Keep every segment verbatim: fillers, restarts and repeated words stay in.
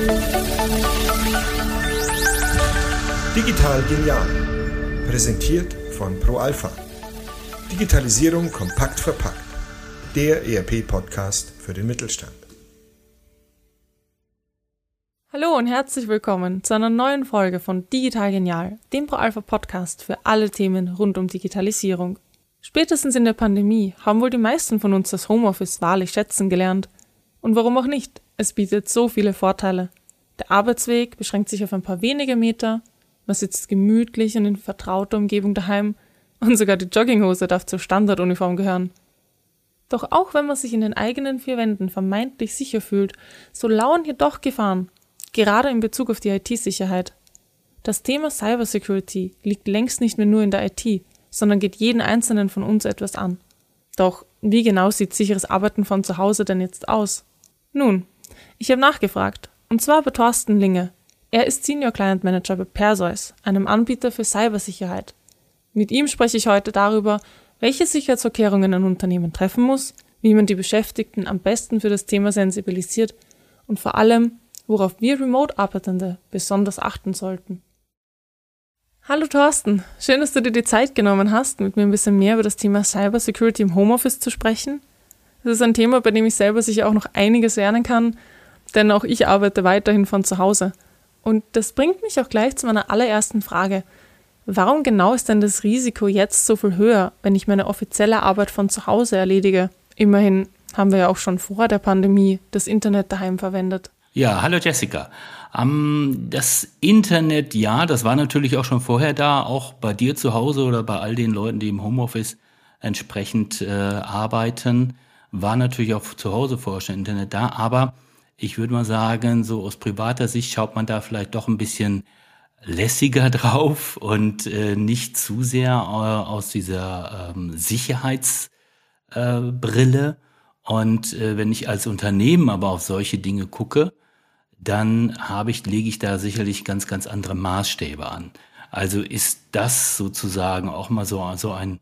Digital genial. Präsentiert von ProAlpha. Digitalisierung kompakt verpackt. Der E R P-Podcast für den Mittelstand. Hallo und herzlich willkommen zu einer neuen Folge von Digital genial, dem ProAlpha-Podcast für alle Themen rund um Digitalisierung. Spätestens in der Pandemie haben wohl die meisten von uns das Homeoffice wahrlich schätzen gelernt. Und warum auch nicht? Es bietet so viele Vorteile. Der Arbeitsweg beschränkt sich auf ein paar wenige Meter, man sitzt gemütlich und in vertrauter Umgebung daheim und sogar die Jogginghose darf zur Standarduniform gehören. Doch auch wenn man sich in den eigenen vier Wänden vermeintlich sicher fühlt, so lauern hier doch Gefahren, gerade in Bezug auf die I T-Sicherheit. Das Thema Cybersecurity liegt längst nicht mehr nur in der I T, sondern geht jeden Einzelnen von uns etwas an. Doch wie genau sieht sicheres Arbeiten von zu Hause denn jetzt aus? Nun, ich habe nachgefragt, und zwar bei Thorsten Linge. Er ist Senior Client Manager bei Perseus, einem Anbieter für Cybersicherheit. Mit ihm spreche ich heute darüber, welche Sicherheitsvorkehrungen ein Unternehmen treffen muss, wie man die Beschäftigten am besten für das Thema sensibilisiert und vor allem, worauf wir Remote-Arbeitende besonders achten sollten. Hallo Thorsten, schön, dass du dir die Zeit genommen hast, mit mir ein bisschen mehr über das Thema Cybersecurity im Homeoffice zu sprechen. Das ist ein Thema, bei dem ich selber sicher auch noch einiges lernen kann, denn auch ich arbeite weiterhin von zu Hause. Und das bringt mich auch gleich zu meiner allerersten Frage. Warum genau ist denn das Risiko jetzt so viel höher, wenn ich meine offizielle Arbeit von zu Hause erledige? Immerhin haben wir ja auch schon vor der Pandemie das Internet daheim verwendet. Ja, hallo Jessica. Um, das Internet, ja, das war natürlich auch schon vorher da, auch bei dir zu Hause oder bei all den Leuten, die im Homeoffice entsprechend äh, arbeiten, war natürlich auch zu Hause vorher schon Internet da, aber ich würde mal sagen, so aus privater Sicht schaut man da vielleicht doch ein bisschen lässiger drauf und äh, nicht zu sehr äh, aus dieser ähm, Sicherheitsbrille. Äh, und äh, wenn ich als Unternehmen aber auf solche Dinge gucke, dann habe ich, lege ich da sicherlich ganz, ganz andere Maßstäbe an. Also ist das sozusagen auch mal so, so ein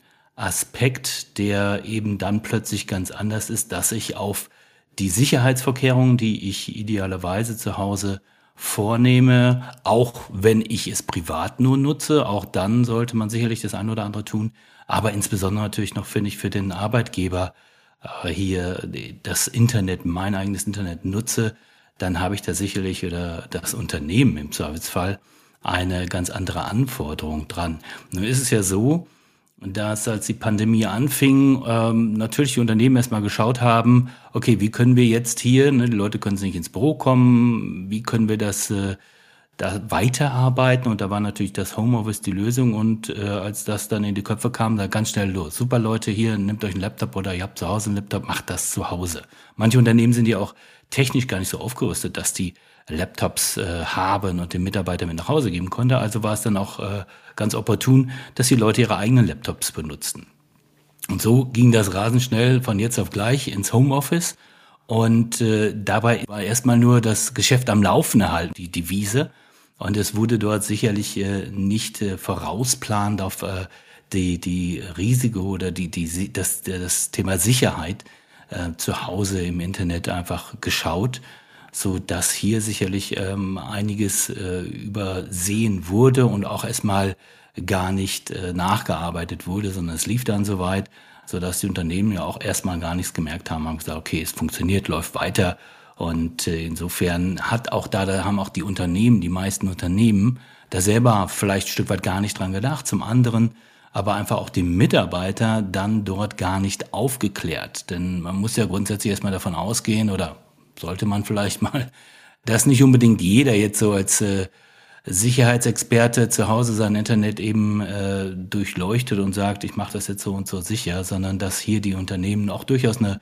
Aspekt, der eben dann plötzlich ganz anders ist, dass ich auf die Sicherheitsvorkehrungen, die ich idealerweise zu Hause vornehme, auch wenn ich es privat nur nutze, auch dann sollte man sicherlich das eine oder andere tun, aber insbesondere natürlich noch, finde ich, für den Arbeitgeber äh, hier das Internet, mein eigenes Internet nutze, dann habe ich da sicherlich oder das Unternehmen im Zweifelsfall eine ganz andere Anforderung dran. Nun ist es ja so, dass als die Pandemie anfing, ähm, natürlich die Unternehmen erstmal geschaut haben, okay, wie können wir jetzt hier, ne, die Leute können nicht ins Büro kommen, wie können wir das äh, da weiterarbeiten? Und da war natürlich das Homeoffice die Lösung und äh, als das dann in die Köpfe kam, da ganz schnell los. Super Leute, hier, nehmt euch einen Laptop oder ihr habt zu Hause einen Laptop, macht das zu Hause. Manche Unternehmen sind ja auch technisch gar nicht so aufgerüstet, dass die Laptops äh, haben und den Mitarbeitern mit nach Hause geben konnte. Also war es dann auch äh, ganz opportun, dass die Leute ihre eigenen Laptops benutzten. Und so ging das rasend schnell von jetzt auf gleich ins Homeoffice. Und äh, dabei war erstmal nur das Geschäft am Laufen erhalten, die Devise. Und es wurde dort sicherlich äh, nicht äh, vorausplanend auf äh, die, die Risiko oder die, die, das, das Thema Sicherheit äh, zu Hause im Internet einfach geschaut, so dass hier sicherlich ähm, einiges äh, übersehen wurde und auch erstmal gar nicht äh, nachgearbeitet wurde, sondern es lief dann soweit, so dass die Unternehmen ja auch erstmal gar nichts gemerkt haben, haben gesagt, okay, es funktioniert, läuft weiter und äh, insofern hat auch da, da haben auch die Unternehmen, die meisten Unternehmen, da selber vielleicht ein Stück weit gar nicht dran gedacht, zum anderen aber einfach auch die Mitarbeiter dann dort gar nicht aufgeklärt, denn man muss ja grundsätzlich erstmal davon ausgehen oder sollte man vielleicht mal, dass nicht unbedingt jeder jetzt so als äh, Sicherheitsexperte zu Hause sein Internet eben äh, durchleuchtet und sagt, ich mache das jetzt so und so sicher, sondern dass hier die Unternehmen auch durchaus eine,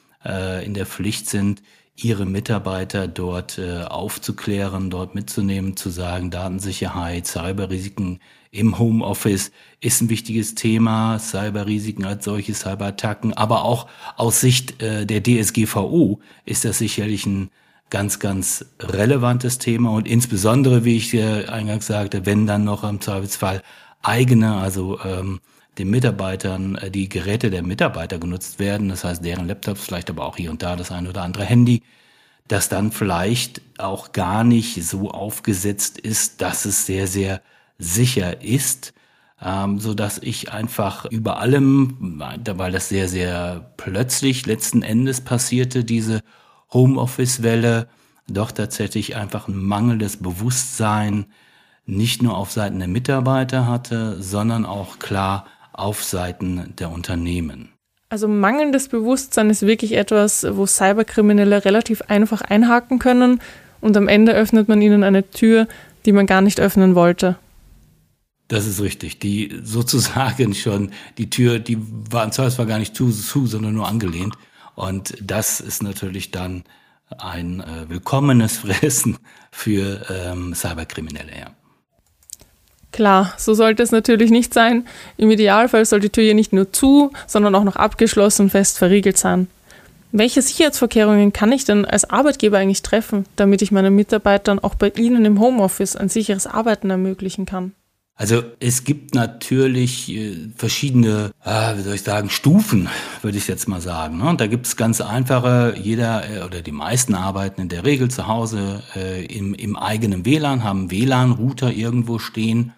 äh, in der Pflicht sind, ihre Mitarbeiter dort äh, aufzuklären, dort mitzunehmen, zu sagen, Datensicherheit, Cyberrisiken im Homeoffice ist ein wichtiges Thema, Cyberrisiken als solche, Cyberattacken, aber auch aus Sicht äh, der D S G V O ist das sicherlich ein ganz, ganz relevantes Thema und insbesondere, wie ich äh, eingangs sagte, wenn dann noch im Zweifelsfall eigene, also ähm, den Mitarbeitern äh, die Geräte der Mitarbeiter genutzt werden, das heißt deren Laptops, vielleicht aber auch hier und da das ein oder andere Handy, das dann vielleicht auch gar nicht so aufgesetzt ist, dass es sehr, sehr sicher ist, ähm, so dass ich einfach über allem, weil das sehr, sehr plötzlich letzten Endes passierte, diese Homeoffice-Welle, doch tatsächlich einfach ein mangelndes Bewusstsein nicht nur auf Seiten der Mitarbeiter hatte, sondern auch klar auf Seiten der Unternehmen. Also mangelndes Bewusstsein ist wirklich etwas, wo Cyberkriminelle relativ einfach einhaken können und am Ende öffnet man ihnen eine Tür, die man gar nicht öffnen wollte. Das ist richtig. Die sozusagen schon, die Tür, die war im Zweifelsfall gar nicht zu, zu, sondern nur angelehnt. Und das ist natürlich dann ein äh, willkommenes Fressen für ähm, Cyberkriminelle, ja. Klar, so sollte es natürlich nicht sein. Im Idealfall soll die Tür hier nicht nur zu, sondern auch noch abgeschlossen und fest verriegelt sein. Welche Sicherheitsvorkehrungen kann ich denn als Arbeitgeber eigentlich treffen, damit ich meinen Mitarbeitern auch bei Ihnen im Homeoffice ein sicheres Arbeiten ermöglichen kann? Also es gibt natürlich äh, verschiedene, äh, wie soll ich sagen, Stufen, würde ich jetzt mal sagen. Ne? Und da gibt es ganz einfache, jeder äh, oder die meisten arbeiten in der Regel zu Hause äh, im, im eigenen W L A N, haben W L A N-Router irgendwo stehen.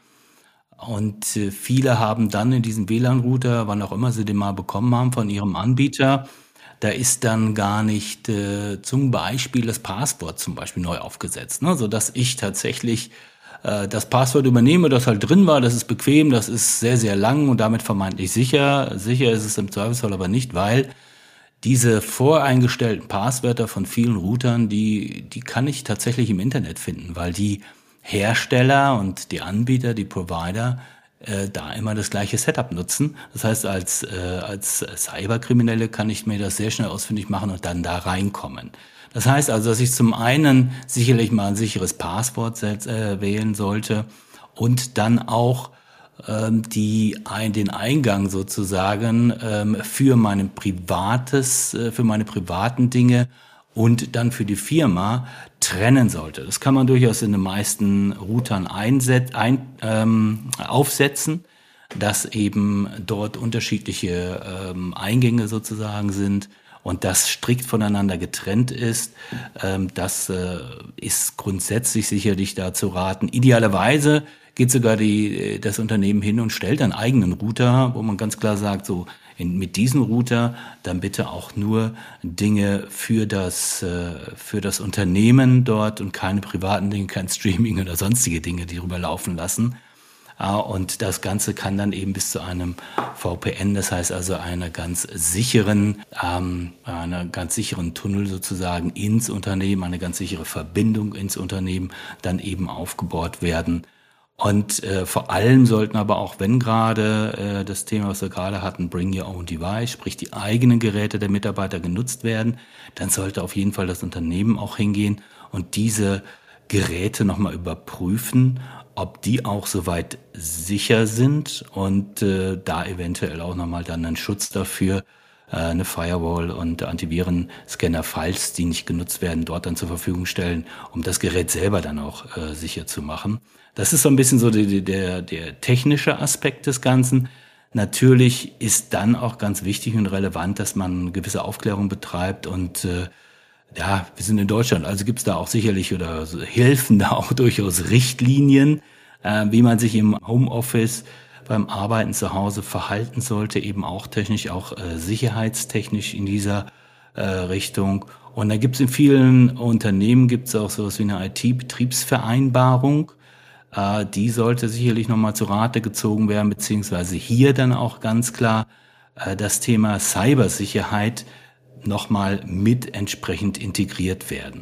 Und äh, viele haben dann in diesem W L A N-Router, wann auch immer sie den mal bekommen haben von ihrem Anbieter, da ist dann gar nicht äh, zum Beispiel das Passwort zum Beispiel neu aufgesetzt, ne? Sodass ich tatsächlich äh, das Passwort übernehme, das halt drin war, das ist bequem, das ist sehr, sehr lang und damit vermeintlich sicher. Sicher ist es im Zweifelsfall aber nicht, weil diese voreingestellten Passwörter von vielen Routern, die, die kann ich tatsächlich im Internet finden, weil die Hersteller und die Anbieter, die Provider, äh, da immer das gleiche Setup nutzen. Das heißt, als, äh, als Cyberkriminelle kann ich mir das sehr schnell ausfindig machen und dann da reinkommen. Das heißt also, dass ich zum einen sicherlich mal ein sicheres Passwort äh, wählen sollte und dann auch ähm, die, ein, den Eingang sozusagen ähm, für meine privates, äh, für meine privaten Dinge und dann für die Firma trennen sollte. Das kann man durchaus in den meisten Routern einset, ein, ähm, aufsetzen, dass eben dort unterschiedliche ähm, Eingänge sozusagen sind und das strikt voneinander getrennt ist. Ähm, das äh, ist grundsätzlich sicherlich dazu raten. Idealerweise geht sogar die, das Unternehmen hin und stellt einen eigenen Router, wo man ganz klar sagt, so in, mit diesem Router dann bitte auch nur Dinge für das, äh, für das Unternehmen dort und keine privaten Dinge, kein Streaming oder sonstige Dinge, die rüber laufen lassen. Äh, und das Ganze kann dann eben bis zu einem V P N, das heißt also einer ganz sicheren, ähm, einer ganz sicheren Tunnel sozusagen ins Unternehmen, eine ganz sichere Verbindung ins Unternehmen dann eben aufgebaut werden. Und äh, vor allem sollten aber auch, wenn gerade äh, das Thema, was wir gerade hatten, Bring Your Own Device, sprich die eigenen Geräte der Mitarbeiter genutzt werden, dann sollte auf jeden Fall das Unternehmen auch hingehen und diese Geräte nochmal überprüfen, ob die auch soweit sicher sind und äh, da eventuell auch nochmal dann einen Schutz dafür, äh, eine Firewall und Antivirenscanner, falls die nicht genutzt werden, dort dann zur Verfügung stellen, um das Gerät selber dann auch äh, sicher zu machen. Das ist so ein bisschen so die, der, der technische Aspekt des Ganzen. Natürlich ist dann auch ganz wichtig und relevant, dass man gewisse Aufklärung betreibt und äh, ja, wir sind in Deutschland, also gibt es da auch sicherlich oder helfen da auch durchaus Richtlinien, äh, wie man sich im Homeoffice beim Arbeiten zu Hause verhalten sollte, eben auch technisch, auch äh, sicherheitstechnisch in dieser äh, Richtung. Und da gibt es in vielen Unternehmen gibt es auch sowas wie eine I T-Betriebsvereinbarung. Äh, die sollte sicherlich nochmal zu Rate gezogen werden, beziehungsweise hier dann auch ganz klar äh, das Thema Cybersicherheit nochmal mit entsprechend integriert werden.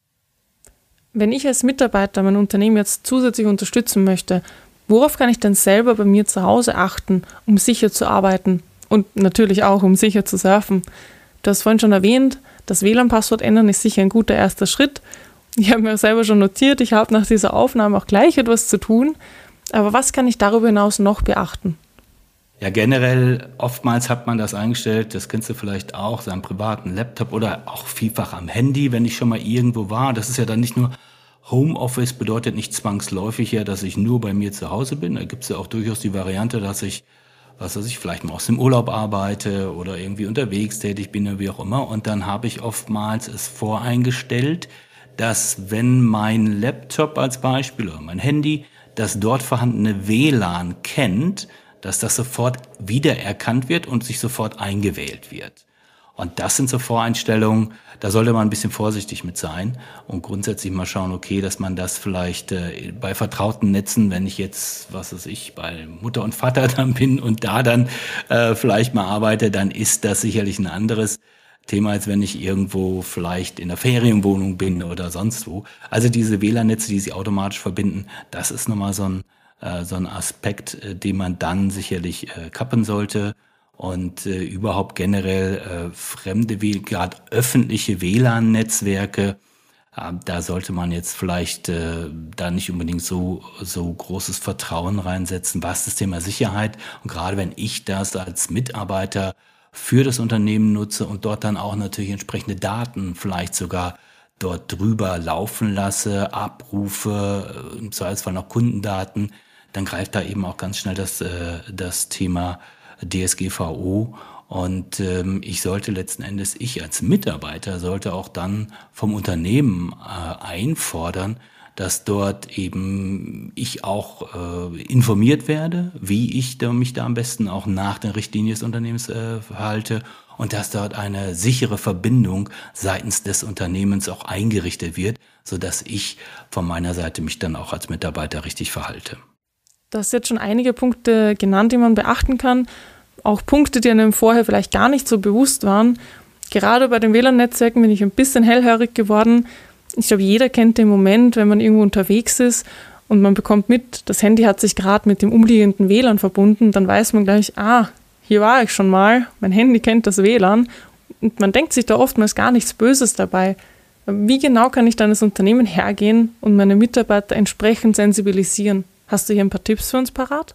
Wenn ich als Mitarbeiter mein Unternehmen jetzt zusätzlich unterstützen möchte, worauf kann ich denn selber bei mir zu Hause achten, um sicher zu arbeiten und natürlich auch, um sicher zu surfen? Du hast vorhin schon erwähnt, das W L A N-Passwort ändern ist sicher ein guter erster Schritt. Ich habe mir selber schon notiert, ich habe nach dieser Aufnahme auch gleich etwas zu tun. Aber was kann ich darüber hinaus noch beachten? Ja, generell, oftmals hat man das eingestellt, das kennst du vielleicht auch, seinem privaten Laptop oder auch vielfach am Handy, wenn ich schon mal irgendwo war. Das ist ja dann nicht nur Homeoffice, bedeutet nicht zwangsläufig ja, dass ich nur bei mir zu Hause bin. Da gibt es ja auch durchaus die Variante, dass ich was weiß ich, vielleicht mal aus dem Urlaub arbeite oder irgendwie unterwegs tätig bin oder wie auch immer. Und dann habe ich oftmals es voreingestellt, dass wenn mein Laptop als Beispiel oder mein Handy das dort vorhandene W L A N kennt, dass das sofort wiedererkannt wird und sich sofort eingewählt wird. Und das sind so Voreinstellungen, da sollte man ein bisschen vorsichtig mit sein und grundsätzlich mal schauen, okay, dass man das vielleicht äh, bei vertrauten Netzen, wenn ich jetzt, was weiß ich, bei Mutter und Vater dann bin und da dann äh, vielleicht mal arbeite, dann ist das sicherlich ein anderes Thema, als wenn ich irgendwo vielleicht in der Ferienwohnung bin oder sonst wo. Also diese W L A N-Netze, die sie automatisch verbinden, das ist nochmal so ein, äh, so ein Aspekt, äh, den man dann sicherlich äh, kappen sollte. Und äh, überhaupt generell äh, fremde, gerade öffentliche W L A N-Netzwerke, äh, da sollte man jetzt vielleicht äh, da nicht unbedingt so so großes Vertrauen reinsetzen, was das Thema Sicherheit. Und gerade wenn ich das als Mitarbeiter für das Unternehmen nutze und dort dann auch natürlich entsprechende Daten vielleicht sogar dort drüber laufen lasse, abrufe, im Zweifelsfall noch Kundendaten, dann greift da eben auch ganz schnell das, äh, das Thema D S G V O. Und ähm, ich sollte letzten Endes, ich als Mitarbeiter, sollte auch dann vom Unternehmen äh, einfordern, dass dort eben ich auch äh, informiert werde, wie ich da, mich da am besten auch nach den Richtlinien des Unternehmens äh, verhalte und dass dort eine sichere Verbindung seitens des Unternehmens auch eingerichtet wird, sodass ich von meiner Seite mich dann auch als Mitarbeiter richtig verhalte. Du hast jetzt schon einige Punkte genannt, die man beachten kann. Auch Punkte, die einem vorher vielleicht gar nicht so bewusst waren. Gerade bei den W L A N-Netzwerken bin ich ein bisschen hellhörig geworden. Ich glaube, jeder kennt den Moment, wenn man irgendwo unterwegs ist und man bekommt mit, das Handy hat sich gerade mit dem umliegenden W L A N verbunden, dann weiß man gleich, ah, hier war ich schon mal, mein Handy kennt das W L A N und man denkt sich da oftmals gar nichts Böses dabei. Wie genau kann ich dann als Unternehmen hergehen und meine Mitarbeiter entsprechend sensibilisieren? Hast du hier ein paar Tipps für uns parat?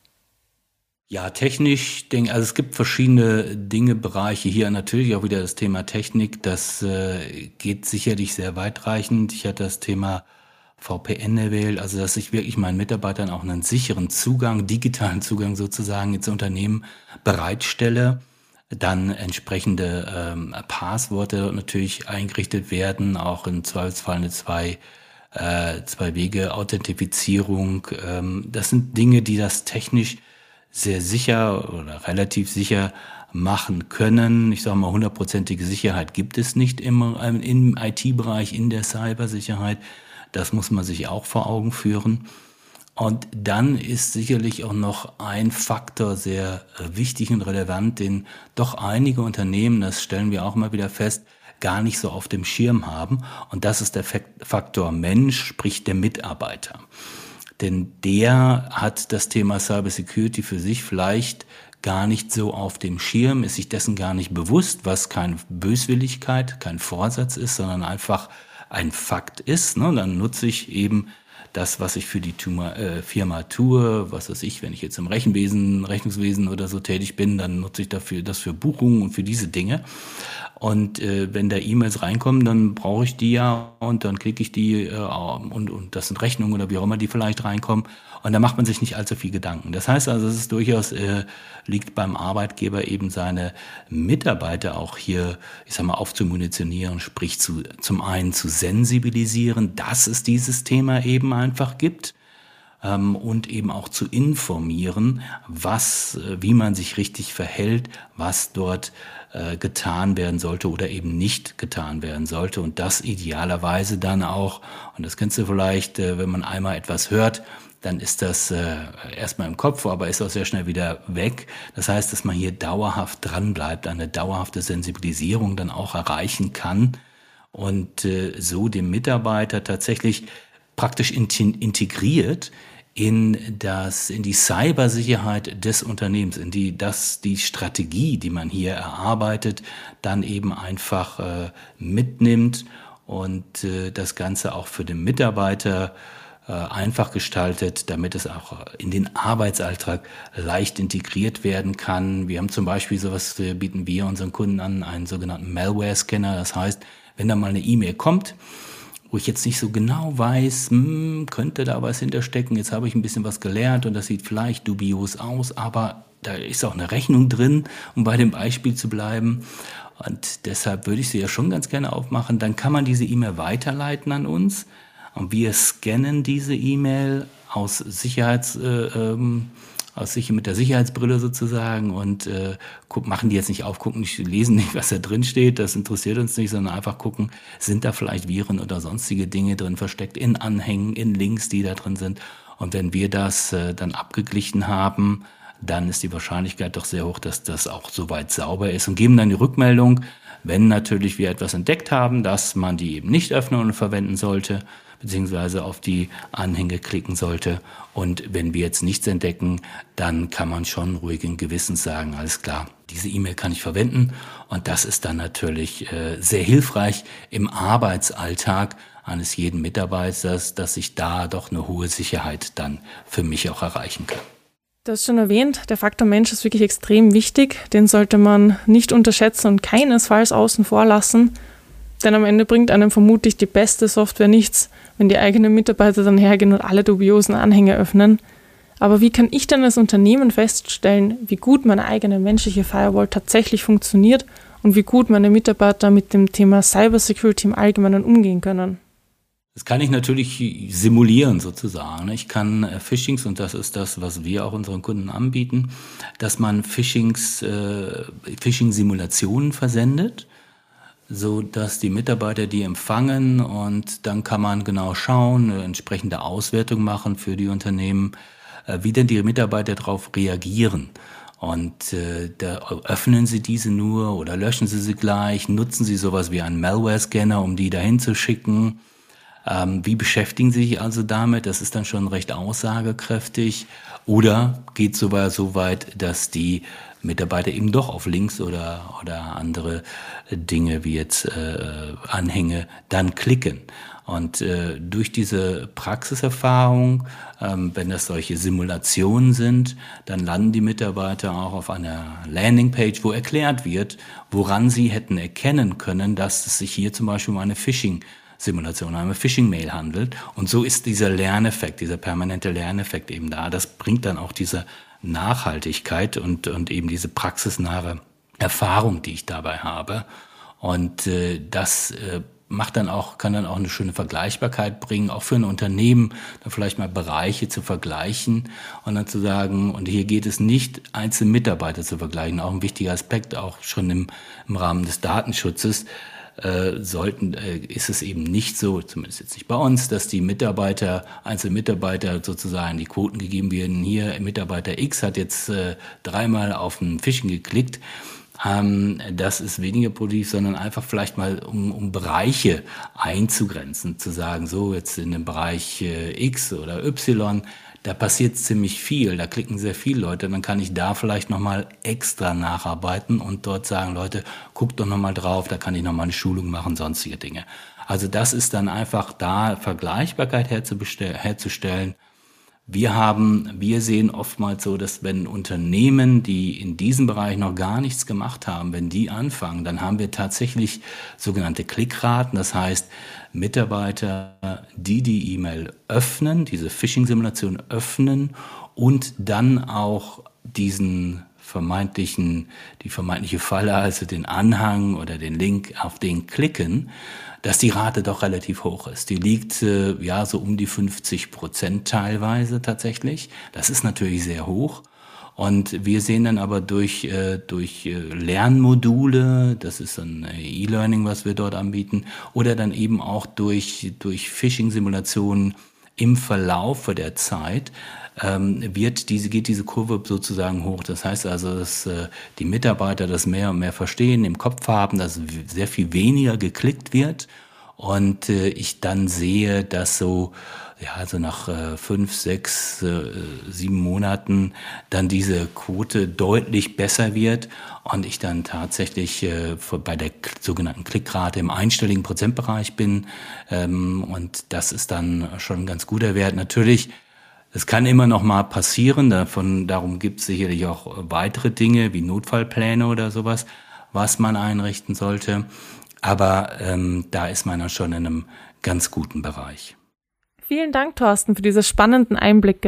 Ja, technisch, denke, also es gibt verschiedene Dinge, Bereiche. Hier natürlich auch wieder das Thema Technik. Das äh, geht sicherlich sehr weitreichend. Ich hatte das Thema V P N erwählt, also dass ich wirklich meinen Mitarbeitern auch einen sicheren Zugang, digitalen Zugang sozusagen ins Unternehmen bereitstelle. Dann entsprechende ähm, Passworte natürlich eingerichtet werden, auch im Zweifelsfall eine zwei äh, Zwei-Wege-Authentifizierung. Ähm, das sind Dinge, die das technisch sehr sicher oder relativ sicher machen können. Ich sage mal, hundertprozentige Sicherheit gibt es nicht im, im I T-Bereich, in der Cybersicherheit. Das muss man sich auch vor Augen führen. Und dann ist sicherlich auch noch ein Faktor sehr wichtig und relevant, den doch einige Unternehmen, das stellen wir auch mal wieder fest, gar nicht so auf dem Schirm haben. Und das ist der Faktor Mensch, sprich der Mitarbeiter. Denn der hat das Thema Cybersecurity für sich vielleicht gar nicht so auf dem Schirm, ist sich dessen gar nicht bewusst, was keine Böswilligkeit, kein Vorsatz ist, sondern einfach ein Fakt ist. Ne? Dann nutze ich eben das, was ich für die Firma tue, was weiß ich, wenn ich jetzt im Rechenwesen, Rechnungswesen oder so tätig bin, dann nutze ich dafür das für Buchungen und für diese Dinge. Und äh, wenn da E-Mails reinkommen, dann brauche ich die ja und dann klicke ich die äh, und, und das sind Rechnungen oder wie auch immer, die vielleicht reinkommen. Und da macht man sich nicht allzu viel Gedanken. Das heißt also, es ist durchaus, äh, liegt beim Arbeitgeber eben seine Mitarbeiter auch hier, ich sag mal, aufzumunitionieren, sprich zu, zum einen zu sensibilisieren, dass es dieses Thema eben einfach gibt. Und eben auch zu informieren, was, wie man sich richtig verhält, was dort äh, getan werden sollte oder eben nicht getan werden sollte. Und das idealerweise dann auch, und das kennst du vielleicht, äh, wenn man einmal etwas hört, dann ist das äh, erstmal im Kopf, aber ist auch sehr schnell wieder weg. Das heißt, dass man hier dauerhaft dran bleibt, eine dauerhafte Sensibilisierung dann auch erreichen kann und äh, so dem Mitarbeiter tatsächlich praktisch integriert in das, in die Cybersicherheit des Unternehmens, in die, das, die Strategie, die man hier erarbeitet, dann eben einfach äh, mitnimmt und äh, das Ganze auch für den Mitarbeiter äh, einfach gestaltet, damit es auch in den Arbeitsalltag leicht integriert werden kann. Wir haben zum Beispiel sowas, äh, bieten wir unseren Kunden an, einen sogenannten Malware-Scanner. Das heißt, wenn da mal eine E-Mail kommt, wo ich jetzt nicht so genau weiß, hm, könnte da was hinterstecken, jetzt habe ich ein bisschen was gelernt und das sieht vielleicht dubios aus, aber da ist auch eine Rechnung drin, um bei dem Beispiel zu bleiben. Und deshalb würde ich sie ja schon ganz gerne aufmachen. Dann kann man diese E-Mail weiterleiten an uns. Und wir scannen diese E-Mail aus Sicherheits, äh, ähm, aus sich mit der Sicherheitsbrille sozusagen und äh, guck, machen die jetzt nicht auf, gucken nicht, lesen nicht, was da drin steht. Das interessiert uns nicht, sondern einfach gucken, sind da vielleicht Viren oder sonstige Dinge drin versteckt in Anhängen, in Links, die da drin sind. Und wenn wir das äh, dann abgeglichen haben, dann ist die Wahrscheinlichkeit doch sehr hoch, dass das auch soweit sauber ist und geben dann die Rückmeldung, wenn natürlich wir etwas entdeckt haben, dass man die eben nicht öffnen und verwenden sollte, beziehungsweise auf die Anhänge klicken sollte. Und wenn wir jetzt nichts entdecken, dann kann man schon ruhigen Gewissens sagen, alles klar, diese E-Mail kann ich verwenden. Und das ist dann natürlich äh, sehr hilfreich im Arbeitsalltag eines jeden Mitarbeiters, dass ich da doch eine hohe Sicherheit dann für mich auch erreichen kann. Du hast schon erwähnt, der Faktor Mensch ist wirklich extrem wichtig. Den sollte man nicht unterschätzen und keinesfalls außen vor lassen. Denn am Ende bringt einem vermutlich die beste Software nichts, wenn die eigenen Mitarbeiter dann hergehen und alle dubiosen Anhänge öffnen. Aber wie kann ich denn als Unternehmen feststellen, wie gut meine eigene menschliche Firewall tatsächlich funktioniert und wie gut meine Mitarbeiter mit dem Thema Cybersecurity im Allgemeinen umgehen können? Das kann ich natürlich simulieren sozusagen. Ich kann Phishings, und das ist das, was wir auch unseren Kunden anbieten, dass man Phishings, äh, Phishing-Simulationen versendet, so dass die Mitarbeiter die empfangen und dann kann man genau schauen, eine entsprechende Auswertung machen für die Unternehmen, äh, wie denn die Mitarbeiter darauf reagieren. Und äh, da öffnen sie diese nur oder löschen sie sie gleich, nutzen sie sowas wie einen Malware-Scanner, um die dahin zu schicken. Ähm, wie beschäftigen Sie sich also damit? Das ist dann schon recht aussagekräftig. Oder geht es sogar so weit, dass die Mitarbeiter eben doch auf Links oder, oder andere Dinge wie jetzt äh, Anhänge dann klicken? Und äh, durch diese Praxiserfahrung, ähm, wenn das solche Simulationen sind, dann landen die Mitarbeiter auch auf einer Landingpage, wo erklärt wird, woran sie hätten erkennen können, dass es sich hier zum Beispiel um eine Phishing Simulation, eine Phishing-Mail handelt. Und so ist dieser Lerneffekt, dieser permanente Lerneffekt eben da. Das bringt dann auch diese Nachhaltigkeit und, und eben diese praxisnahe Erfahrung, die ich dabei habe. Und äh, das äh, macht dann auch, kann dann auch eine schöne Vergleichbarkeit bringen, auch für ein Unternehmen, da vielleicht mal Bereiche zu vergleichen und dann zu sagen, und hier geht es nicht, einzelne Mitarbeiter zu vergleichen, auch ein wichtiger Aspekt, auch schon im, im Rahmen des Datenschutzes. Äh, sollten, äh, ist es eben nicht so, zumindest jetzt nicht bei uns, dass die Mitarbeiter, einzelne Mitarbeiter sozusagen die Quoten gegeben werden. Hier, Mitarbeiter X hat jetzt äh, dreimal auf ein Phishing geklickt. Ähm, das ist weniger produktiv, sondern einfach vielleicht mal, um, um Bereiche einzugrenzen, zu sagen, so jetzt in dem Bereich äh, X oder Y, da passiert ziemlich viel, da klicken sehr viele Leute, dann kann ich da vielleicht nochmal extra nacharbeiten und dort sagen, Leute, guckt doch nochmal drauf, da kann ich nochmal eine Schulung machen, sonstige Dinge. Also das ist dann einfach da, Vergleichbarkeit herzustellen. Wir haben, wir sehen oftmals so, dass wenn Unternehmen, die in diesem Bereich noch gar nichts gemacht haben, wenn die anfangen, dann haben wir tatsächlich sogenannte Klickraten. Das heißt, Mitarbeiter, die die E-Mail öffnen, diese Phishing-Simulation öffnen und dann auch diesen vermeintlichen, die vermeintliche Falle, also den Anhang oder den Link, auf den klicken, dass die Rate doch relativ hoch ist. Die liegt äh, ja so um die fünfzig Prozent teilweise tatsächlich. Das ist natürlich sehr hoch. Und wir sehen dann aber durch, äh, durch äh, Lernmodule, das ist ein E-Learning, was wir dort anbieten, oder dann eben auch durch, durch Phishing-Simulationen im Verlauf der Zeit, ähm, wird diese, geht diese Kurve sozusagen hoch. Das heißt also, dass äh, die Mitarbeiter das mehr und mehr verstehen, im Kopf haben, dass sehr viel weniger geklickt wird und äh, ich dann sehe, dass so, ja, also nach äh, fünf, sechs, äh, sieben Monaten dann diese Quote deutlich besser wird und ich dann tatsächlich äh, bei der sogenannten Klickrate im einstelligen Prozentbereich bin ähm, und das ist dann schon ein ganz guter Wert. Natürlich, es kann immer noch mal passieren, davon, darum gibt es sicherlich auch weitere Dinge wie Notfallpläne oder sowas, was man einrichten sollte. Aber ähm, da ist man dann schon in einem ganz guten Bereich. Vielen Dank, Thorsten, für diese spannenden Einblicke.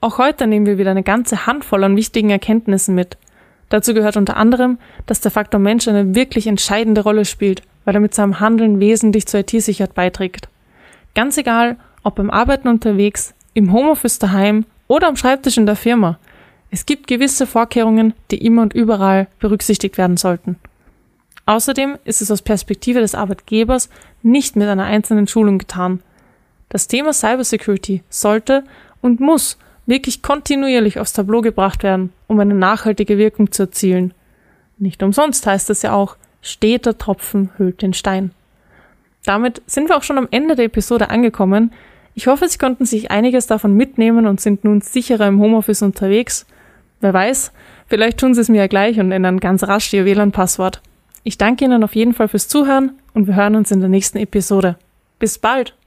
Auch heute nehmen wir wieder eine ganze Handvoll an wichtigen Erkenntnissen mit. Dazu gehört unter anderem, dass der Faktor Mensch eine wirklich entscheidende Rolle spielt, weil er mit seinem Handeln wesentlich zur I T-Sicherheit beiträgt. Ganz egal, ob beim Arbeiten unterwegs, im Homeoffice daheim oder am Schreibtisch in der Firma. Es gibt gewisse Vorkehrungen, die immer und überall berücksichtigt werden sollten. Außerdem ist es aus Perspektive des Arbeitgebers nicht mit einer einzelnen Schulung getan. Das Thema Cybersecurity sollte und muss wirklich kontinuierlich aufs Tableau gebracht werden, um eine nachhaltige Wirkung zu erzielen. Nicht umsonst heißt es ja auch, steter Tropfen höhlt den Stein. Damit sind wir auch schon am Ende der Episode angekommen. Ich hoffe, Sie konnten sich einiges davon mitnehmen und sind nun sicherer im Homeoffice unterwegs. Wer weiß, vielleicht tun Sie es mir ja gleich und ändern ganz rasch Ihr W L A N-Passwort. Ich danke Ihnen auf jeden Fall fürs Zuhören und wir hören uns in der nächsten Episode. Bis bald!